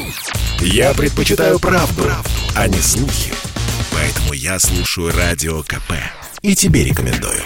Я предпочитаю правду, а не слухи. Поэтому я слушаю Радио КП. И тебе рекомендую.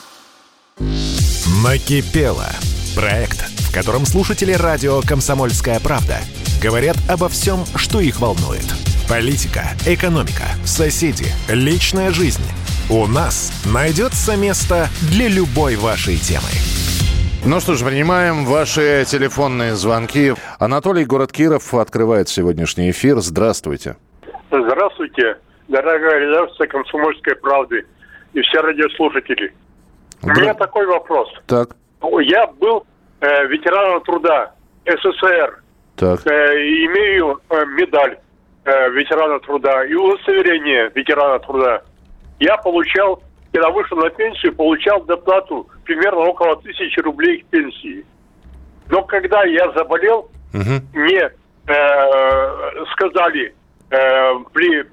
«Накипело» – проект, в котором слушатели радио «Комсомольская правда» говорят обо всем, что их волнует. Политика, экономика, соседи, личная жизнь. У нас найдется место для любой вашей темы. Ну что ж, принимаем ваши телефонные звонки. Анатолий, город Киров, открывает сегодняшний эфир. Здравствуйте. Здравствуйте, дорогая редакция «Комсомольской правды» и все радиослушатели. У меня такой вопрос. Так. Я был ветераном труда СССР. Так. Имею медаль ветерана труда и удостоверение ветерана труда. Я получал, когда вышел на пенсию, получал доплату примерно около 1000 рублей к пенсии. Но когда я заболел, мне сказали при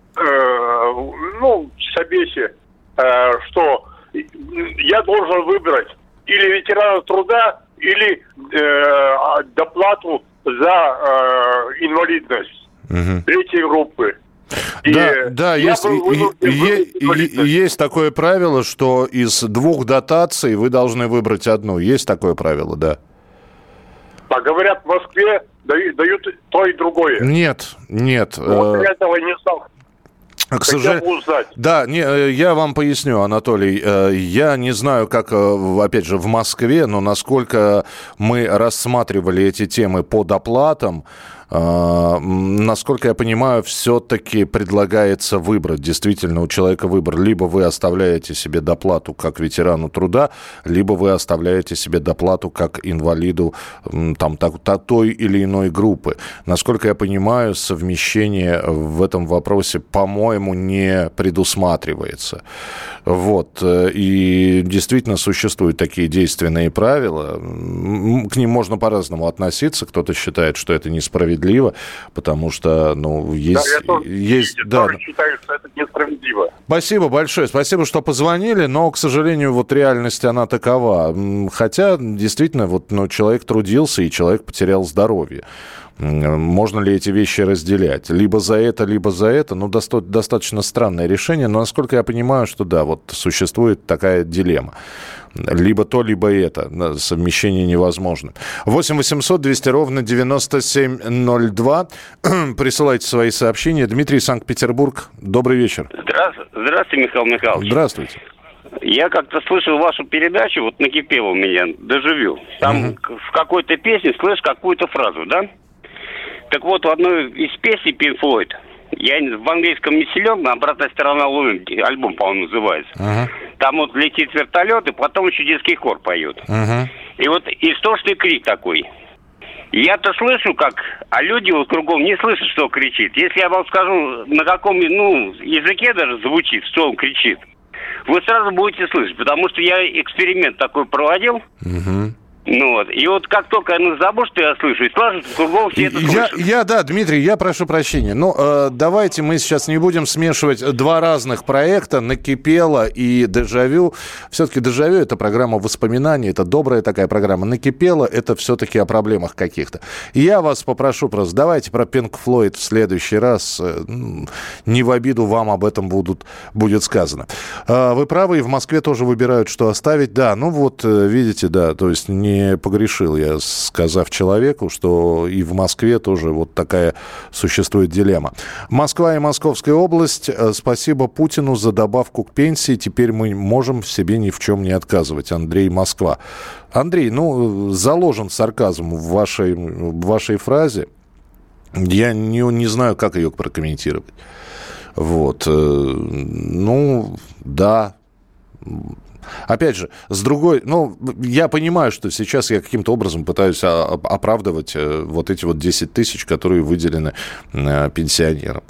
собесе, что я должен выбрать или ветерана труда, или доплату за инвалидность третьей группы. Да, есть такое правило, что из 2 дотаций вы должны выбрать одну. Есть такое правило, да. А говорят, в Москве дают то и другое. Нет. Вот я этого не знал. К сожалению, да, я вам поясню, Анатолий. Я не знаю, как, опять же, в Москве, но насколько мы рассматривали эти темы по доплатам, насколько я понимаю, все-таки предлагается выбрать. Действительно, у человека выбор. Либо вы оставляете себе доплату как ветерану труда, либо вы оставляете себе доплату как инвалиду той или иной группы. Насколько я понимаю, совмещение в этом вопросе, по-моему, не предусматривается. Вот. И действительно существуют такие действенные правила. К ним можно по-разному относиться. Кто-то считает, что это несправедливо, потому что, есть... Я тоже считаю, что это несправедливо. Спасибо большое. Спасибо, что позвонили, но, к сожалению, реальность, она такова. Хотя, действительно, человек трудился, и человек потерял здоровье. Можно ли эти вещи разделять? Либо за это, либо за это. Достаточно странное решение, но, насколько я понимаю, что да, существует такая дилемма. Либо то, либо это. Совмещение невозможно. 8 800 200 ровно 9702. Присылайте свои сообщения. Дмитрий, Санкт-Петербург. Добрый вечер. Здравствуйте, Михаил Михайлович. Здравствуйте. Я как-то слышал вашу передачу, накипело у меня, дежавю. Там в какой-то песне слышишь какую-то фразу, да? Так вот, в одной из песен Pink Floyd, я в английском не силен, «Обратная сторона Луны», альбом, по-моему, называется. Там летит вертолет, и потом еще детский хор поет. И истошный крик такой. Я-то слышу, а люди кругом не слышат, что он кричит. Если я вам скажу, на каком языке даже звучит, что он кричит, вы сразу будете слышать, потому что я эксперимент такой проводил. И как только я забыл, что я слышу, и сразу кругом все это слышат. Дмитрий, я прошу прощения. Давайте мы сейчас не будем смешивать 2 разных проекта, «Накипело» и «Дежавю». Все-таки «Дежавю» — это программа воспоминаний, это добрая такая программа. «Накипело» — это все-таки о проблемах каких-то. Я вас попрошу просто, давайте про Pink Floyd в следующий раз. Не в обиду вам об этом будет сказано. Вы правы, и в Москве тоже выбирают, что оставить. Да, видите, да, то есть не погрешил я, сказав человеку, что и в Москве тоже такая существует дилемма. Москва и Московская область. Спасибо Путину за добавку к пенсии. Теперь мы можем в себе ни в чем не отказывать. Андрей, Москва. Андрей, заложен сарказм в вашей фразе. Я не знаю, как ее прокомментировать. Да. Опять же, с другой... я понимаю, что сейчас я каким-то образом пытаюсь оправдывать эти 10 тысяч, которые выделены пенсионерам.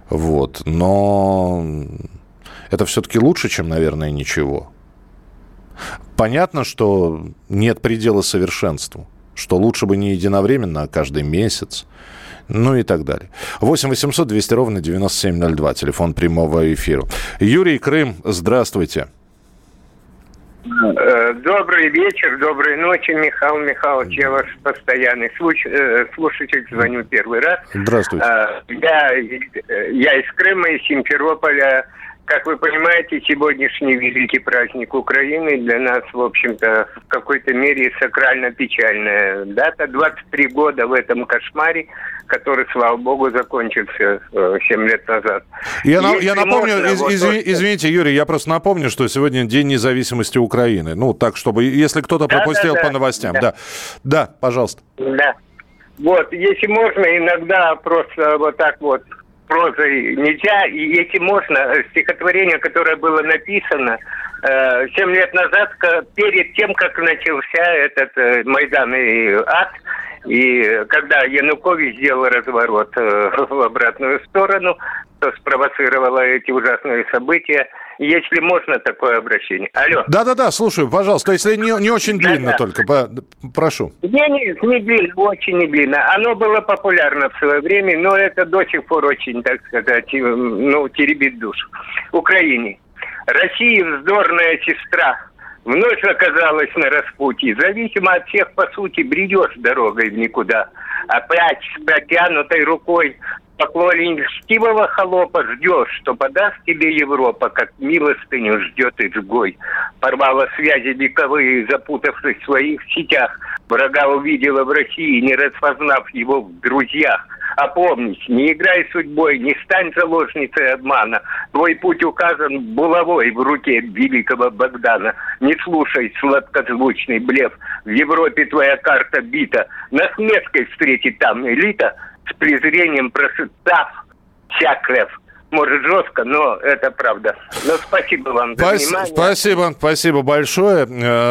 Но это все-таки лучше, чем, наверное, ничего. Понятно, что нет предела совершенству, что лучше бы не единовременно, а каждый месяц. И так далее. 8 800 200 ровно 9702. Телефон прямого эфира. Юрий, Крым, здравствуйте. Добрый вечер, доброй ночи, Михаил Михайлович. Я ваш постоянный слушатель, звоню первый раз. Здравствуйте. Я из Крыма, из Симферополя. Как вы понимаете, сегодняшний великий праздник Украины для нас, в общем-то, в какой-то мере сакрально-печальная дата. 23 года в этом кошмаре, который, слава богу, закончился 7 лет назад. Я напомню, извините, Юрий, я просто напомню, что сегодня День независимости Украины. Ну, так, чтобы, если кто-то пропустил по новостям. Да, пожалуйста. Да. Вот, если можно, иногда просто вот так вот прозой нельзя, и если можно, стихотворение, которое было написано 7 лет назад, перед тем, как начался этот майданный ад, и когда Янукович сделал разворот в обратную сторону, то спровоцировало эти ужасные события. Если можно, такое обращение. Алло. Да, слушаю, пожалуйста, если не очень длинно только, прошу. Не длинно, очень не длинно. Оно было популярно в свое время, но это до сих пор очень, так сказать, теребит душу. Украине. Россия вздорная сестра вновь оказалась на распутье. Зависимо от всех, по сути, бредешь дорогой в никуда. Опять с протянутой рукой поклоне льстивого холопа ждешь, что подаст тебе Европа, как милостыню ждет изгой. Порвала связи вековые, запутавшись в своих сетях. Врага увидела в России, не распознав его в друзьях. Опомнись, не играй судьбой, не стань заложницей обмана. Твой путь указан булавой в руке великого Богдана. Не слушай сладкозвучный блеф. В Европе твоя карта бита. Насмешкой встретит там элита, с презрением прошептав «Чаклев». Может, жестко, но это правда. Но спасибо вам за внимание. Спасибо большое.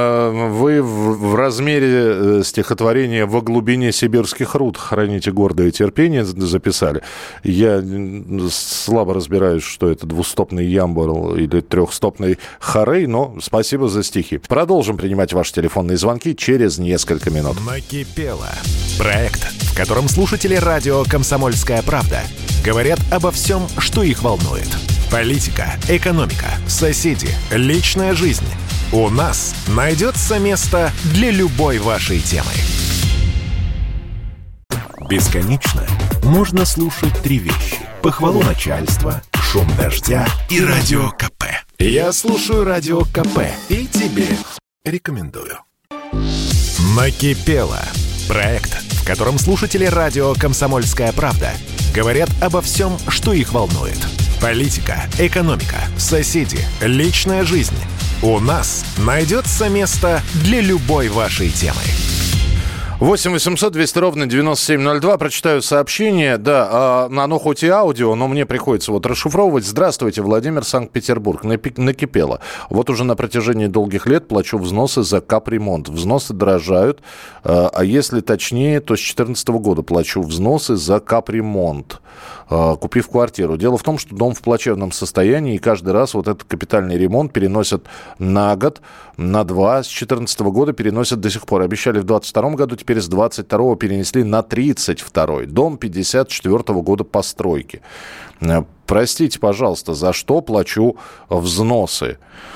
Вы в размере стихотворения «Во глубине сибирских руд храните гордое терпение» записали. Я слабо разбираюсь, что это двустопный ямбл или трехстопный хорей, но спасибо за стихи. Продолжим принимать ваши телефонные звонки через несколько минут. Накипело. Проект, в котором слушатели радио «Комсомольская правда» говорят обо всем, что их волнует. Политика, экономика, соседи, личная жизнь. У нас найдется место для любой вашей темы. Бесконечно можно слушать три вещи: похвалу начальства, шум дождя и радио КП. Я слушаю радио КП и тебе рекомендую. Накипело. Проект, в котором слушатели радио «Комсомольская правда» говорят обо всем, что их волнует. Политика, экономика, соседи, личная жизнь. У нас найдется место для любой вашей темы. 8 800 200 ровно 9702. Прочитаю сообщение. Да, оно хоть и аудио, но мне приходится вот расшифровывать. Здравствуйте, Владимир, Санкт-Петербург. Накипело. Вот уже на протяжении долгих лет плачу взносы за капремонт. Взносы дорожают. А если точнее, то с 2014 года плачу взносы за капремонт, купив квартиру. Дело в том, что дом в плачевном состоянии, и каждый раз вот этот капитальный ремонт переносят на год, на два. С 2014 года переносят до сих пор. Обещали в 2022 году, теперь с 22 перенесли на 32. Дом 54 года постройки. Простите, пожалуйста, за что плачу взносы?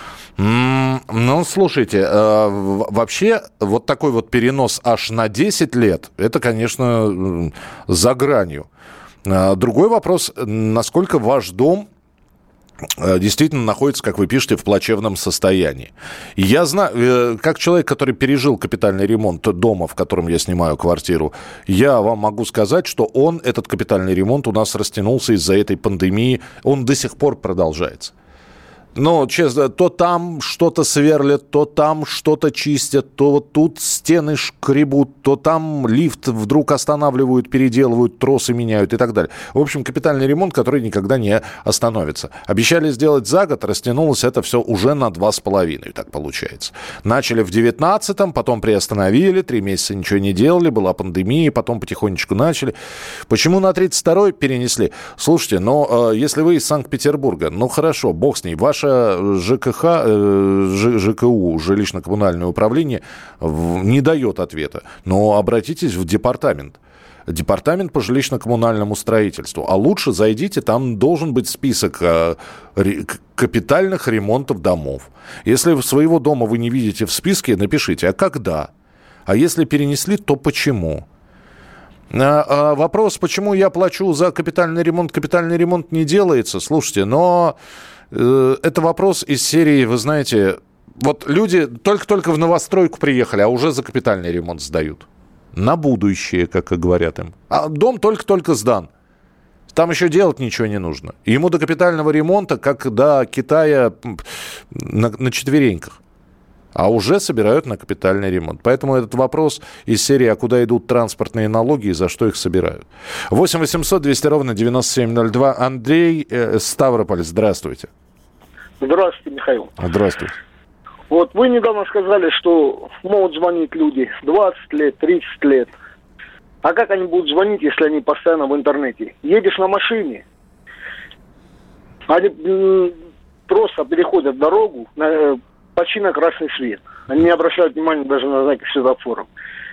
Ну, слушайте, вообще вот такой вот перенос аж на 10 лет, это, конечно, за гранью. Другой вопрос, насколько ваш дом действительно находится, как вы пишете, в плачевном состоянии. Я знаю, как человек, который пережил капитальный ремонт дома, в котором я снимаю квартиру, я вам могу сказать, что этот капитальный ремонт у нас растянулся из-за этой пандемии, он до сих пор продолжается. Ну, честно, то там что-то сверлят, то там что-то чистят, то вот тут стены шкребут, то там лифт вдруг останавливают, переделывают, тросы меняют и так далее. В общем, капитальный ремонт, который никогда не остановится. Обещали сделать за год, растянулось это все уже на 2,5, так получается. Начали в 19-м, потом приостановили, 3 месяца ничего не делали, была пандемия, потом потихонечку начали. Почему на 32-й перенесли? Слушайте, но если вы из Санкт-Петербурга, ну хорошо, бог с ней, ваш ЖКХ, ЖКУ, жилищно-коммунальное управление, не дает ответа. Но обратитесь в департамент. Департамент по жилищно-коммунальному строительству. А лучше зайдите, там должен быть список капитальных ремонтов домов. Если своего дома вы не видите в списке, напишите, а когда? А если перенесли, то почему? Вопрос, почему я плачу за капитальный ремонт. Капитальный ремонт не делается, слушайте, но это вопрос из серии, вы знаете, вот люди только в новостройку приехали, а уже за капитальный ремонт сдают. На будущее, как говорят им. А дом только-только сдан. Там еще делать ничего не нужно. Ему до капитального ремонта, как до Китая на четвереньках. А уже собирают на капитальный ремонт. Поэтому этот вопрос из серии, а куда идут транспортные налоги и за что их собирают. 8 800 200 ровно 9702. Андрей, Ставрополь, здравствуйте. Здравствуйте, Михаил. Здравствуйте. Вот вы недавно сказали, что могут звонить люди 20 лет, 30 лет. А как они будут звонить, если они постоянно в интернете? Едешь на машине, они просто переходят дорогу почти на красный свет. Они не обращают внимания даже на знаки светофоров.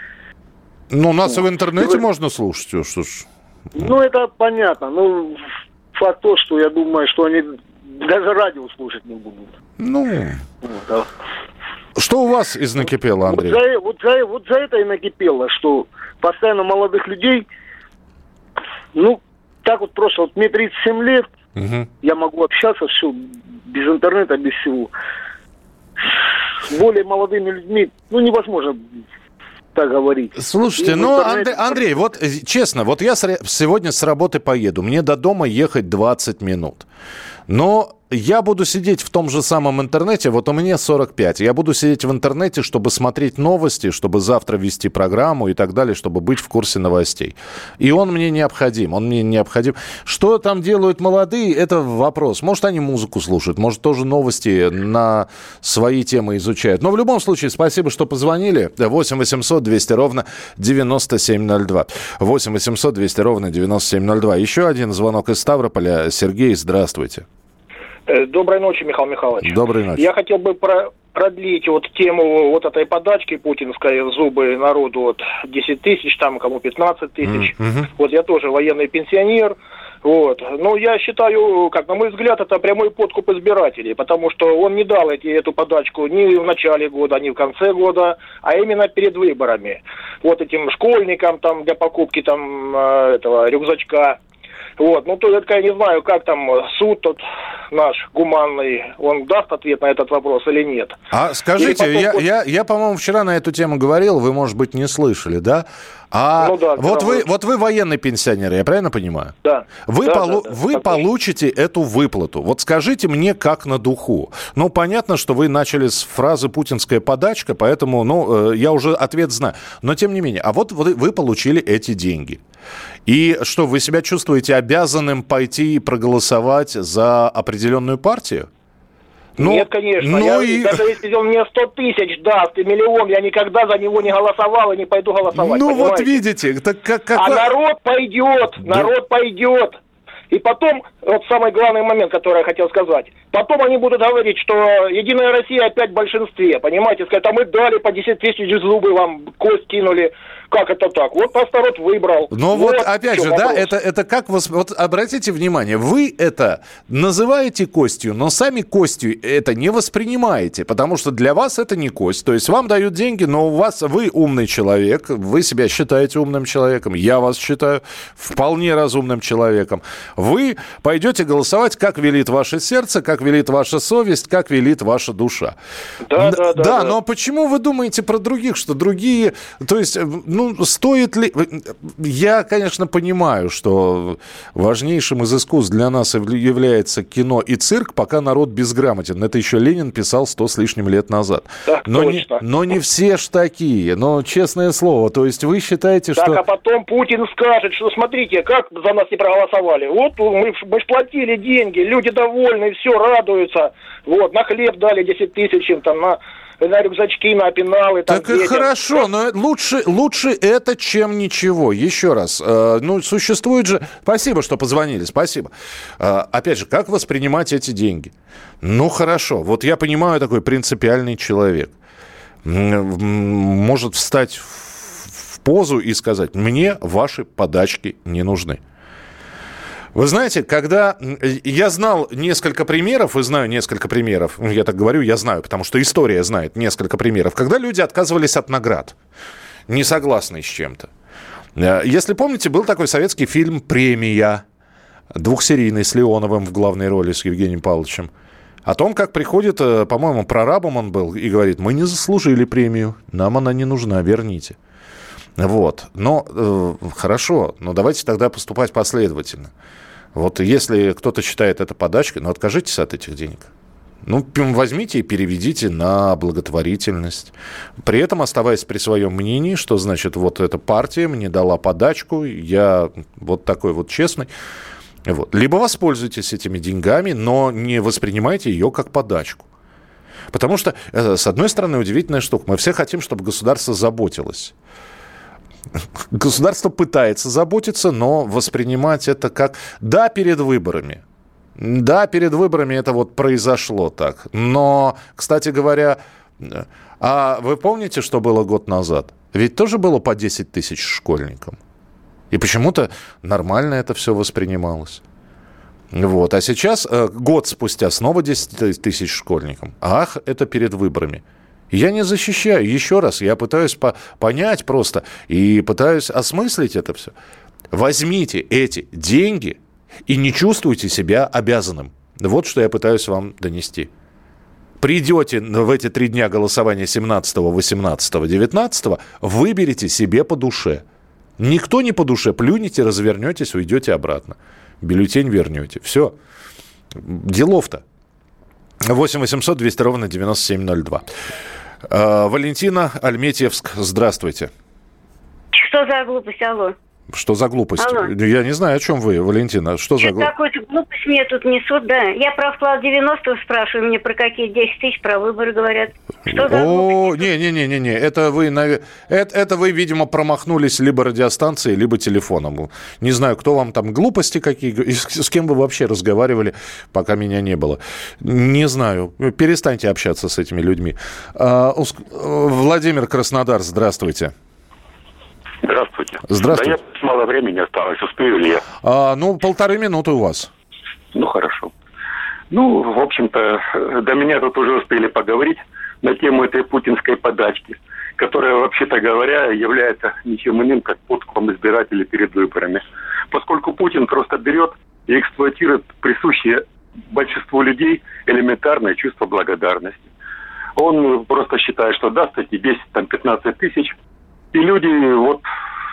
Ну, нас и в интернете можно слушать. Что ж. Ну, это понятно. Ну, факт то, что я думаю, что они даже радио слушать не будут. Ну, да. Что у вас из накипело, Андрей? Вот за это и накипело, что постоянно молодых людей, ну, так вот просто, вот мне 37 лет, я могу общаться все без интернета, без всего. С более молодыми людьми, ну, невозможно так говорить. Слушайте, Андрей, вот честно, вот я сегодня с работы поеду, мне до дома ехать 20 минут. Но я буду сидеть в том же самом интернете, вот у меня 45. Я буду сидеть в интернете, чтобы смотреть новости, чтобы завтра вести программу и так далее, чтобы быть в курсе новостей. И он мне необходим. Что там делают молодые, это вопрос. Может, они музыку слушают, может, тоже новости на свои темы изучают. Но в любом случае, спасибо, что позвонили. 8 800 200 ровно 9702. 8 800 200 ровно 9702. Еще один звонок из Ставрополя. Сергей, здравствуйте. Доброй ночи, Михаил Михайлович. Доброй ночи. Я хотел бы продлить вот тему вот этой подачки путинской в зубы народу, вот 10 тысяч, там кому 15 тысяч. Вот я тоже военный пенсионер. Вот. Но я считаю, как на мой взгляд, это прямой подкуп избирателей, потому что он не дал эту подачку ни в начале года, ни в конце года, а именно перед выборами. Вот этим школьникам там для покупки там этого рюкзачка. Вот, ну, только я не знаю, как там суд тот наш гуманный, он даст ответ на этот вопрос или нет. А скажите, потом... я, по-моему, вчера на эту тему говорил, вы, может быть, не слышали, да? Ну, да, вот вы военный пенсионер, я правильно понимаю? Да. Вы получите эту выплату. Вот скажите мне, как на духу. Ну, понятно, что вы начали с фразы «путинская подачка», поэтому, я уже ответ знаю. Но, тем не менее, а вот вы получили эти деньги. И что, вы себя чувствуете обязанным пойти и проголосовать за определенную партию? Нет, конечно. Даже если он мне 100 тысяч даст и миллион, я никогда за него не голосовал и не пойду голосовать. Ну, понимаете? вот видите. Так А народ пойдет. И потом, вот самый главный момент, который я хотел сказать. Потом они будут говорить, что Единая Россия опять в большинстве. Понимаете, сказать, а мы дали по 10 тысяч зубы, вам кость кинули. Как это так? Вот нас народ выбрал. Но вот опять же, да, это как вы... Вот обратите внимание, вы это называете костью, но сами костью это не воспринимаете, потому что для вас это не кость. То есть вам дают деньги, но вы умный человек, вы себя считаете умным человеком, я вас считаю вполне разумным человеком. Вы пойдете голосовать, как велит ваше сердце, как велит ваша совесть, как велит ваша душа. Да, но почему вы думаете про других, что другие... То есть... стоит ли... Я, конечно, понимаю, что важнейшим из искусств для нас является кино и цирк, пока народ безграмотен. Это еще Ленин писал 100 с лишним лет назад. Так, но не все ж такие. Но, честное слово, то есть вы считаете, что... Так, а потом Путин скажет, что смотрите, как за нас не проголосовали. Вот мы ж платили деньги, люди довольны, все, радуются. Вот, на хлеб дали 10 тысяч им там, на рюкзачки, на пеналы. Так и хорошо, но лучше это, чем ничего. Еще раз, существует же... Спасибо, что позвонили, спасибо. Опять же, как воспринимать эти деньги? Ну, хорошо, вот я понимаю, такой принципиальный человек. Может встать в в позу и сказать: мне ваши подачки не нужны. Вы знаете, когда я знал несколько примеров, и знаю несколько примеров, я так говорю, я знаю, потому что история знает несколько примеров, когда люди отказывались от наград, не согласны с чем-то. Если помните, был такой советский фильм «Премия», двухсерийный, с Леоновым в главной роли, с Евгением Павловичем, о том, как приходит, по-моему, прорабом он был, и говорит: мы не заслужили премию, нам она не нужна, верните. Вот. Но хорошо, но давайте тогда поступать последовательно. Вот если кто-то считает это подачкой, ну, откажитесь от этих денег. Ну, возьмите и переведите на благотворительность. При этом оставаясь при своем мнении, что, значит, вот эта партия мне дала подачку, я вот такой вот честный. Вот. Либо воспользуйтесь этими деньгами, но не воспринимайте ее как подачку. Потому что, с одной стороны, удивительная штука. Мы все хотим, чтобы государство заботилось. Государство пытается заботиться, но воспринимать это как... Да, перед выборами. Да, перед выборами это вот произошло так. Но, кстати говоря, а вы помните, что было год назад? Ведь тоже было по 10 тысяч школьникам. И почему-то нормально это все воспринималось. Вот. А сейчас, год спустя, снова 10 тысяч школьникам. Ах, это перед выборами. Я не защищаю. Еще раз, я пытаюсь понять просто и пытаюсь осмыслить это все. Возьмите эти деньги и не чувствуйте себя обязанным. Вот что я пытаюсь вам донести. Придете в эти 3 дня голосования 17, 18, 19, выберите себе по душе. Никто не по душе. Плюнете, развернетесь, уйдете обратно. Бюллетень вернете. Все. Делов-то. 8 800 200 ровно 9702. Валентина, Альметьевск, здравствуйте. Что за глупость, алло? Что за глупость? Алло. Я не знаю, о чем вы, Валентина. Что за глупость? Какую-то глупость мне тут несут, да. Я про вклад 90-го спрашиваю, мне про какие 10 тысяч, про выборы говорят. Что за глупость? Не. Это вы, видимо, промахнулись либо радиостанцией, либо телефоном. Не знаю, кто вам там глупости какие, с кем вы вообще разговаривали, пока меня не было. Не знаю. Перестаньте общаться с этими людьми. Владимир, Краснодар, здравствуйте. Здравствуйте. Здравствуйте. Да я мало времени осталось, успею ли я? 1,5 минуты у вас. Ну, хорошо. Ну, в общем-то, до меня тут уже успели поговорить на тему этой путинской подачки, которая, вообще-то говоря, является ничем иным, как подкупом избирателей перед выборами. Поскольку Путин просто берет и эксплуатирует присущее большинству людей элементарное чувство благодарности. Он просто считает, что даст эти 10-15 тысяч, и люди, вот,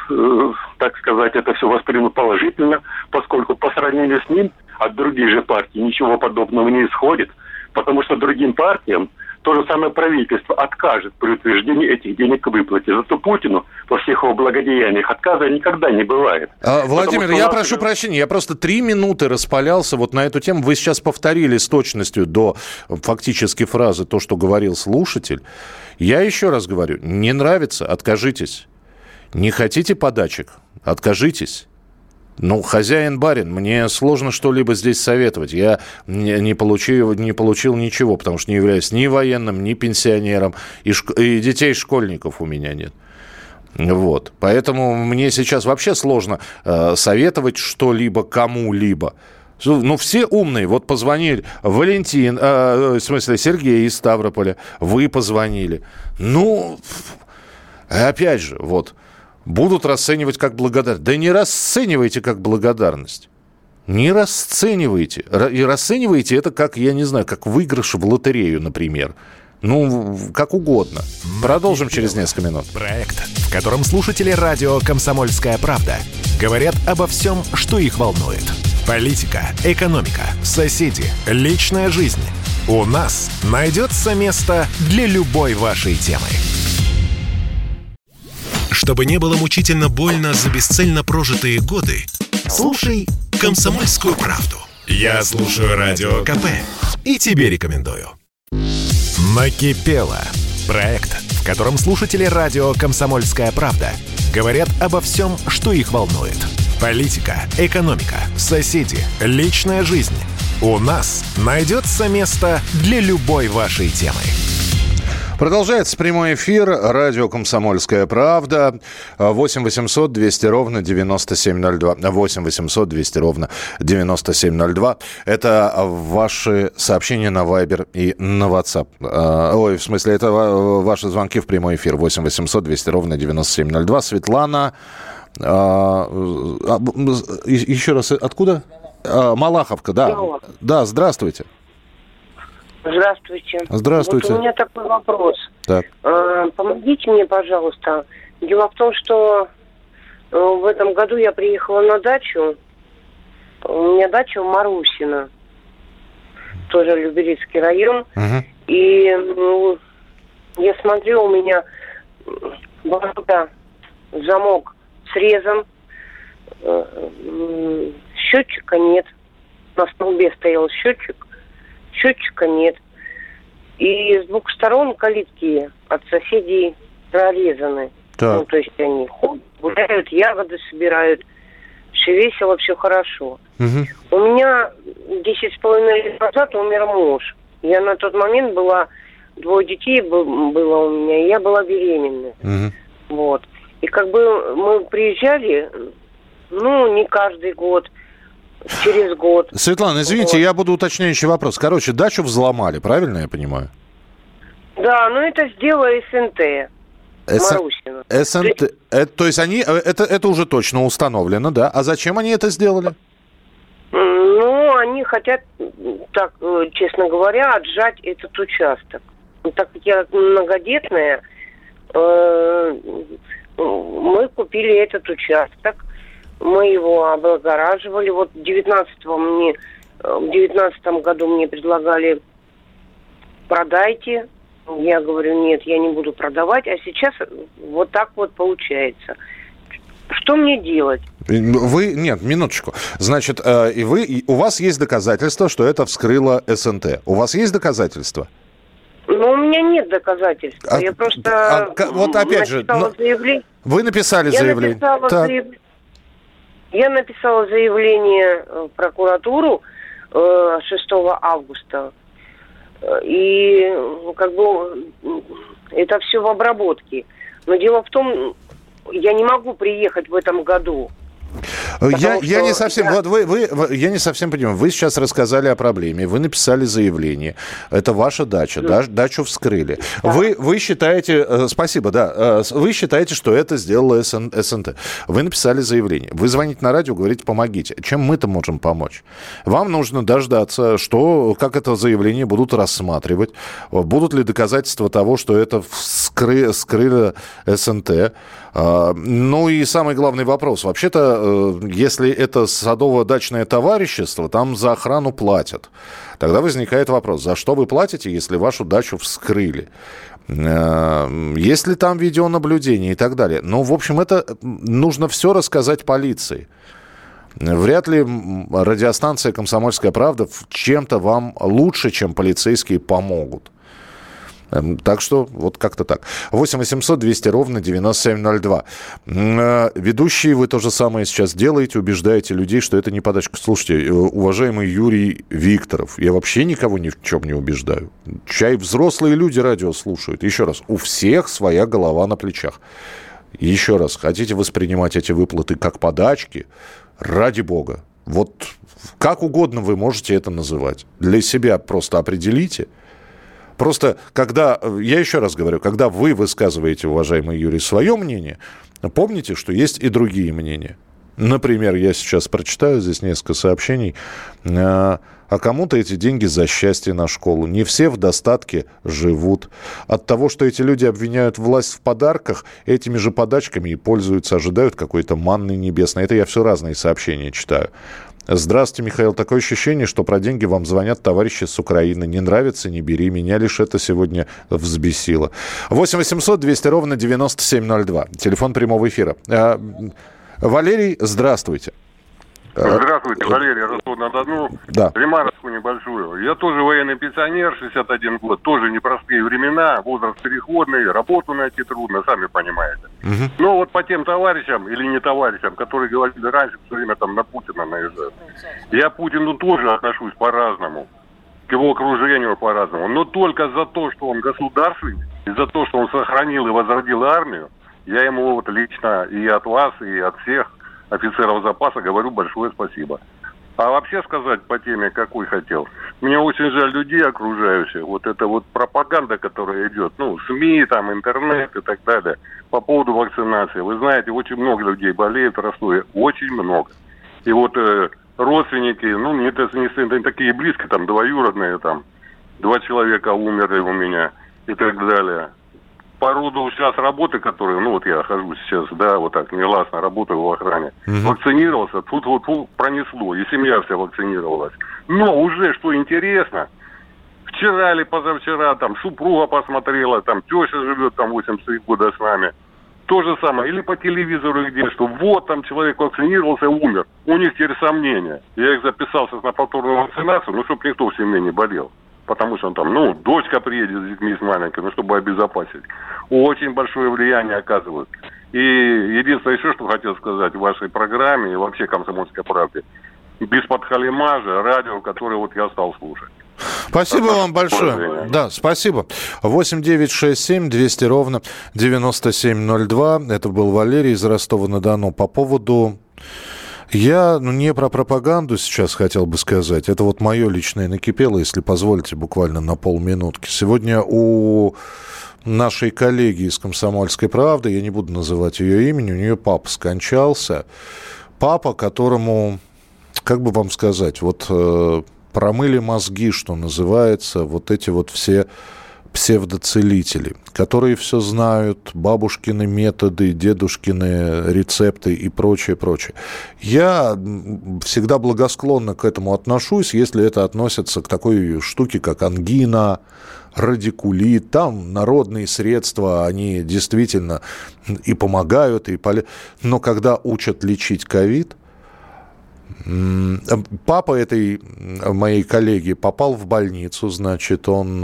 так сказать, это все воспримут положительно, поскольку по сравнению с ним от других же партий ничего подобного не исходит, потому что другим партиям то же самое правительство откажет при утверждении этих денег к выплате. Зато Путину во всех его благодеяниях отказа никогда не бывает. Владимир, я прошу прощения, я просто 3 минуты распалялся вот на эту тему. Вы сейчас повторили с точностью до фактически фразы то, что говорил слушатель. Я еще раз говорю, не нравится, откажитесь. Не хотите подачек, откажитесь. Ну, хозяин-барин, мне сложно что-либо здесь советовать. Я не получил ничего, потому что не являюсь ни военным, ни пенсионером, и детей-школьников у меня нет. Вот. Поэтому мне сейчас вообще сложно советовать что-либо кому-либо. Ну, все умные. Вот позвонили Валентин, в смысле Сергей из Ставрополя, вы позвонили. Ну, опять же, вот... Будут расценивать как благодарность. Да не расценивайте как благодарность. Не расценивайте. И расценивайте это как, я не знаю, как выигрыш в лотерею, например. Ну, как угодно. Продолжим через несколько минут. Проект, в котором слушатели радио «Комсомольская правда» говорят обо всем, что их волнует. Политика, экономика, соседи, личная жизнь. У нас найдется место для любой вашей темы. Чтобы не было мучительно больно за бесцельно прожитые годы, слушай «Комсомольскую правду». Я слушаю Радио КП и тебе рекомендую. «Накипело» – проект, в котором слушатели радио «Комсомольская правда» говорят обо всем, что их волнует. Политика, экономика, соседи, личная жизнь. У нас найдется место для любой вашей темы. Продолжается прямой эфир. Радио «Комсомольская правда». 8 800 200 ровно 9702. 8 800 200 ровно 9702. Это ваши сообщения на Viber и на WhatsApp. Ой, в смысле, это ваши звонки в прямой эфир. 8 800 200 ровно 9702. Светлана. Еще раз, откуда? Малаховка, да. Да, здравствуйте. Здравствуйте. Здравствуйте. Вот у меня такой вопрос. Так. Помогите мне, пожалуйста. Дело в том, что в этом году я приехала на дачу. У меня дача в Марусино. Тоже Люберецкий район. Угу. И я смотрю, у меня ворота, замок срезан. Счетчика нет. На столбе стоял счетчик. Счетчика нет. И с двух сторон калитки от соседей прорезаны. Так. Ну, то есть они ходят, гуляют, ягоды собирают. Все весело, все хорошо. Угу. У меня 10,5 лет назад умер муж. Я на тот момент была... 2 детей было у меня, и я была беременна. Угу. Вот. И как бы мы приезжали, не каждый год, через год. Светлана, извините, я буду уточняющий вопрос. Короче, дачу взломали, правильно я понимаю? Да, это сделала СНТ. Марусино. СНТ. То есть они, это уже точно установлено, да? А зачем они это сделали? Они хотят, так, честно говоря, отжать этот участок. Так как я многодетная, мы купили этот участок, мы его облагораживали. Вот в 19 году мне предлагали: продайте. Я говорю: нет, я не буду продавать. А сейчас вот так вот получается. Что мне делать? Нет, минуточку. Значит, у вас есть доказательства, что это вскрыло СНТ. У вас есть доказательства? У меня нет доказательств. Я просто вот опять же, заявление. Вы написали заявление. Я написала заявление в прокуратуру 6 августа. И это все в обработке. Но дело в том, я не могу приехать в этом году. Я не совсем, я не совсем понимаю. Вы сейчас рассказали о проблеме, вы написали заявление. Это ваша дача, дачу вскрыли. Да. Вы считаете, спасибо, да, вы считаете, что это сделала СНТ. Вы написали заявление. Вы звоните на радио, говорите: помогите. Чем мы-то можем помочь? Вам нужно дождаться, как это заявление будут рассматривать. Будут ли доказательства того, что это вскрыли СНТ? И самый главный вопрос. Вообще-то, если это садово-дачное товарищество, там за охрану платят. Тогда возникает вопрос: за что вы платите, если вашу дачу вскрыли? Есть ли там видеонаблюдение и так далее? В общем, это нужно все рассказать полиции. Вряд ли радиостанция «Комсомольская правда» чем-то вам лучше, чем полицейские, помогут. Так что вот как-то так. 8 800 200 ровно 9702. Ведущие, вы то же самое сейчас делаете, убеждаете людей, что это не подачка. Слушайте, уважаемый Юрий Викторов, я вообще никого ни в чем не убеждаю. Чай взрослые люди радио слушают. Еще раз, у всех своя голова на плечах. Еще раз, хотите воспринимать эти выплаты как подачки? Ради бога. Вот как угодно вы можете это называть. Для себя просто определите. Просто, я еще раз говорю, когда вы высказываете, уважаемый Юрий, свое мнение, помните, что есть и другие мнения. Например, я сейчас прочитаю здесь несколько сообщений. А кому-то эти деньги за счастье на школу. Не все в достатке живут. От того, что эти люди обвиняют власть в подарках, этими же подачками и пользуются, ожидают какой-то манны небесной. Это я все разные сообщения читаю. Здравствуйте, Михаил. Такое ощущение, что про деньги вам звонят товарищи с Украины. Не нравится — не бери. Меня лишь это сегодня взбесило. 8 800 200 ровно 9702. Телефон прямого эфира. Валерий, здравствуйте. Здравствуйте, Валерий, Ростов-на-Дону. Да. Ремарочку небольшую. Я тоже военный пенсионер, 61 год, тоже непростые времена, возраст переходный, работу найти трудно, сами понимаете. Угу. Но вот по тем товарищам, или не товарищам, которые говорили раньше, все время там на Путина наезжают. Я к Путину тоже отношусь по-разному, к его окружению по-разному, но только за то, что он государственник, И за то, что он сохранил и возродил армию, я ему вот лично и от вас, и от всех офицеров запаса говорю большое спасибо. А вообще сказать по теме, какой хотел. Мне очень жаль людей окружающих. Вот эта вот пропаганда, которая идет, СМИ, там, интернет и так далее, по поводу вакцинации. Вы знаете, очень много людей болеют в Ростове. Очень много. И вот родственники, не такие близкие, там, двоюродные, там, 2 человека умерли у меня и так далее. По роду сейчас работы, которые, я хожу сейчас, вот так, негласно работаю в охране, вакцинировался, тут пронесло, и семья вся вакцинировалась. Но уже, что интересно, вчера или позавчера, там, супруга посмотрела, там, теща живет, там, 83 года с нами, то же самое, или по телевизору где, что вот, там, человек вакцинировался, умер, у них теперь сомнения. Я их записался на повторную вакцинацию, чтобы никто в семье не болел. Потому что он там, дочка приедет с детьми, с маленькими, чтобы обезопасить. Очень большое влияние оказывают. И единственное еще, что хотел сказать в вашей программе и вообще «Комсомольской правде», без подхалимажа, радио, которое вот я стал слушать. Спасибо вам большое. Да, спасибо. 8-967-200-97-02. Это был Валерий из Ростова-на-Дону. По поводу... Я не про пропаганду сейчас хотел бы сказать. Это вот мое личное накипело, если позволите, буквально на полминутки. Сегодня у нашей коллеги из «Комсомольской правды», я не буду называть ее имени, у нее папа скончался. Папа, которому, как бы вам сказать, промыли мозги, что называется, вот эти вот все псевдоцелители, которые все знают, бабушкины методы, дедушкины рецепты и прочее, прочее. Я всегда благосклонно к этому отношусь, если это относится к такой штуке, как ангина, радикулит. Там народные средства, они действительно и помогают, но когда учат лечить ковид... Папа этой моей коллеги попал в больницу, значит, он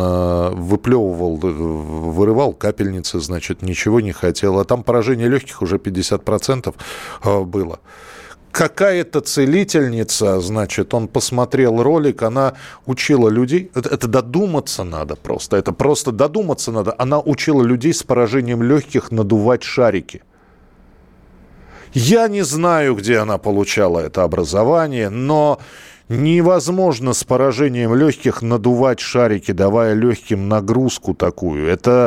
вырывал капельницы, значит, ничего не хотел. А там поражение легких уже 50% было. Какая-то целительница, значит, он посмотрел ролик, она учила людей, это додуматься надо просто, это просто додуматься надо. Она учила людей с поражением легких надувать шарики. Я не знаю, где она получала это образование, но невозможно с поражением легких надувать шарики, давая легким нагрузку такую. Это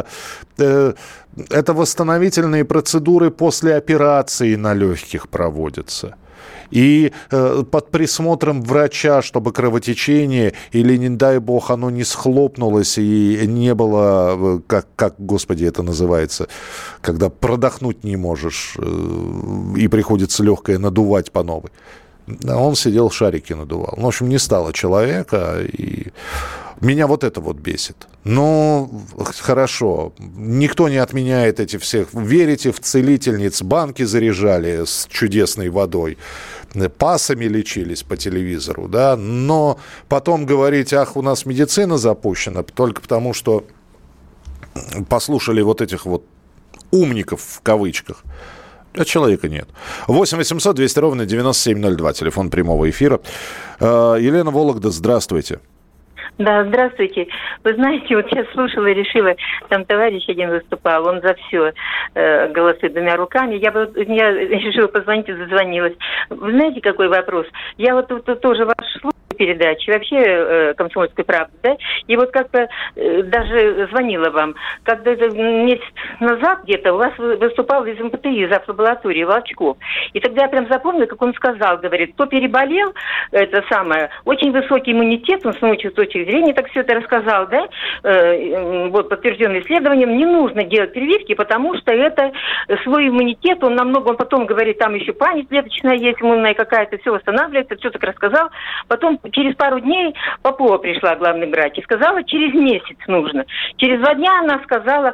восстановительные процедуры после операции на легких проводятся. И под присмотром врача, чтобы кровотечение или, не дай бог, оно не схлопнулось и не было, как, Господи, это называется, когда продохнуть не можешь и приходится легкое надувать по новой. Он сидел, шарики надувал. В общем, не стало человека, и меня вот это вот бесит. Ну, хорошо, никто не отменяет эти всех. Верите в целительниц, банки заряжали с чудесной водой, пасами лечились по телевизору, да, но потом говорить, у нас медицина запущена, только потому что послушали вот этих вот умников в кавычках. А человека нет. 8 800 200 ровно 9702. Телефон прямого эфира. Елена Вологда, здравствуйте. Да, здравствуйте. Вы знаете, вот сейчас слушала и решила, там товарищ один выступал, он за все голосует 2 руками. Я решила позвонить и зазвонилась. Вы знаете, какой вопрос? Я вот тут тоже ваш слушаю передачи, вообще «Комсомольской правды», да, и вот как-то даже звонила вам, когда месяц назад где-то у вас выступал из МПТИ, из лаборатории Волчков, и тогда я прям запомнила, как он сказал, говорит, кто переболел, это самое, очень высокий иммунитет, он с научной точки зрения так все это рассказал, да, вот подтвержденным исследованием, не нужно делать прививки, потому что это свой иммунитет, он намного, он потом говорит, там еще память клеточная есть, иммунная какая-то, все восстанавливается, все так рассказал, потом через пару дней Попова пришла, главный врач, и сказала, через месяц нужно. Через 2 дня она сказала,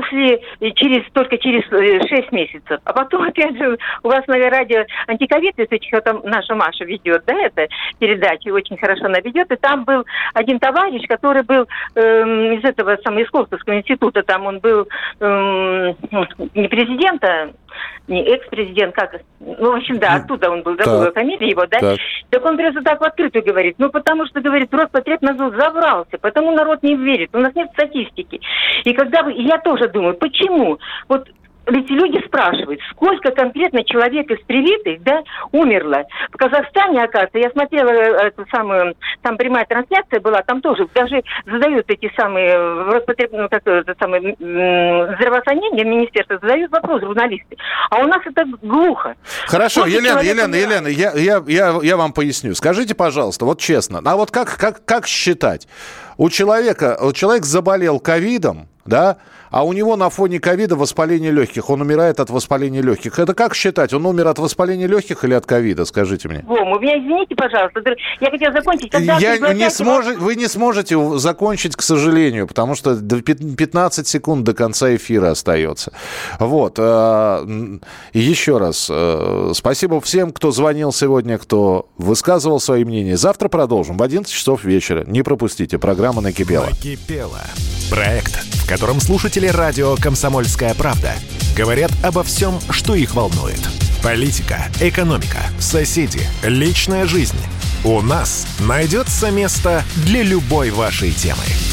только через 6 месяцев. А потом, опять же, у вас на радио антиковид, там наша Маша ведет, да, это передача, очень хорошо она ведет, и там был один товарищ, который был из этого самого Искусственного института, там он был не президента, не экс-президент, в общем, да, оттуда он был, забыла фамилию его, да, так он просто так в открытую говорит, говорит? Ну, потому что, говорит, Роспотребнадзор забрался, потому народ не верит. У нас нет статистики. И когда я тоже думаю, почему? Вот ведь люди спрашивают, сколько конкретно человек из привитых, да, умерло. В Казахстане, оказывается, я смотрела эту самую, там прямая трансляция была, там тоже даже задают эти самые, здравоохранение, министерство, задают вопрос журналисты. А у нас это глухо. Хорошо, Елена, я вам поясню. Скажите, пожалуйста, вот честно, а вот как считать? Человек заболел ковидом, да, а у него на фоне ковида воспаление легких, он умирает от воспаления легких. Это как считать? Он умер от воспаления легких или от ковида? Скажите мне. Вы меня извините, пожалуйста, я хотела закончить. Вы не сможете закончить, к сожалению, потому что 15 секунд до конца эфира остается. Вот. Еще раз, спасибо всем, кто звонил сегодня, кто высказывал свои мнения. Завтра продолжим в 11 часов вечера. Не пропустите. Программа «Накипело». «Накипело». Проект, в котором слушатели радио «Комсомольская правда» говорят обо всем, что их волнует. Политика, экономика, соседи, личная жизнь. У нас найдется место для любой вашей темы.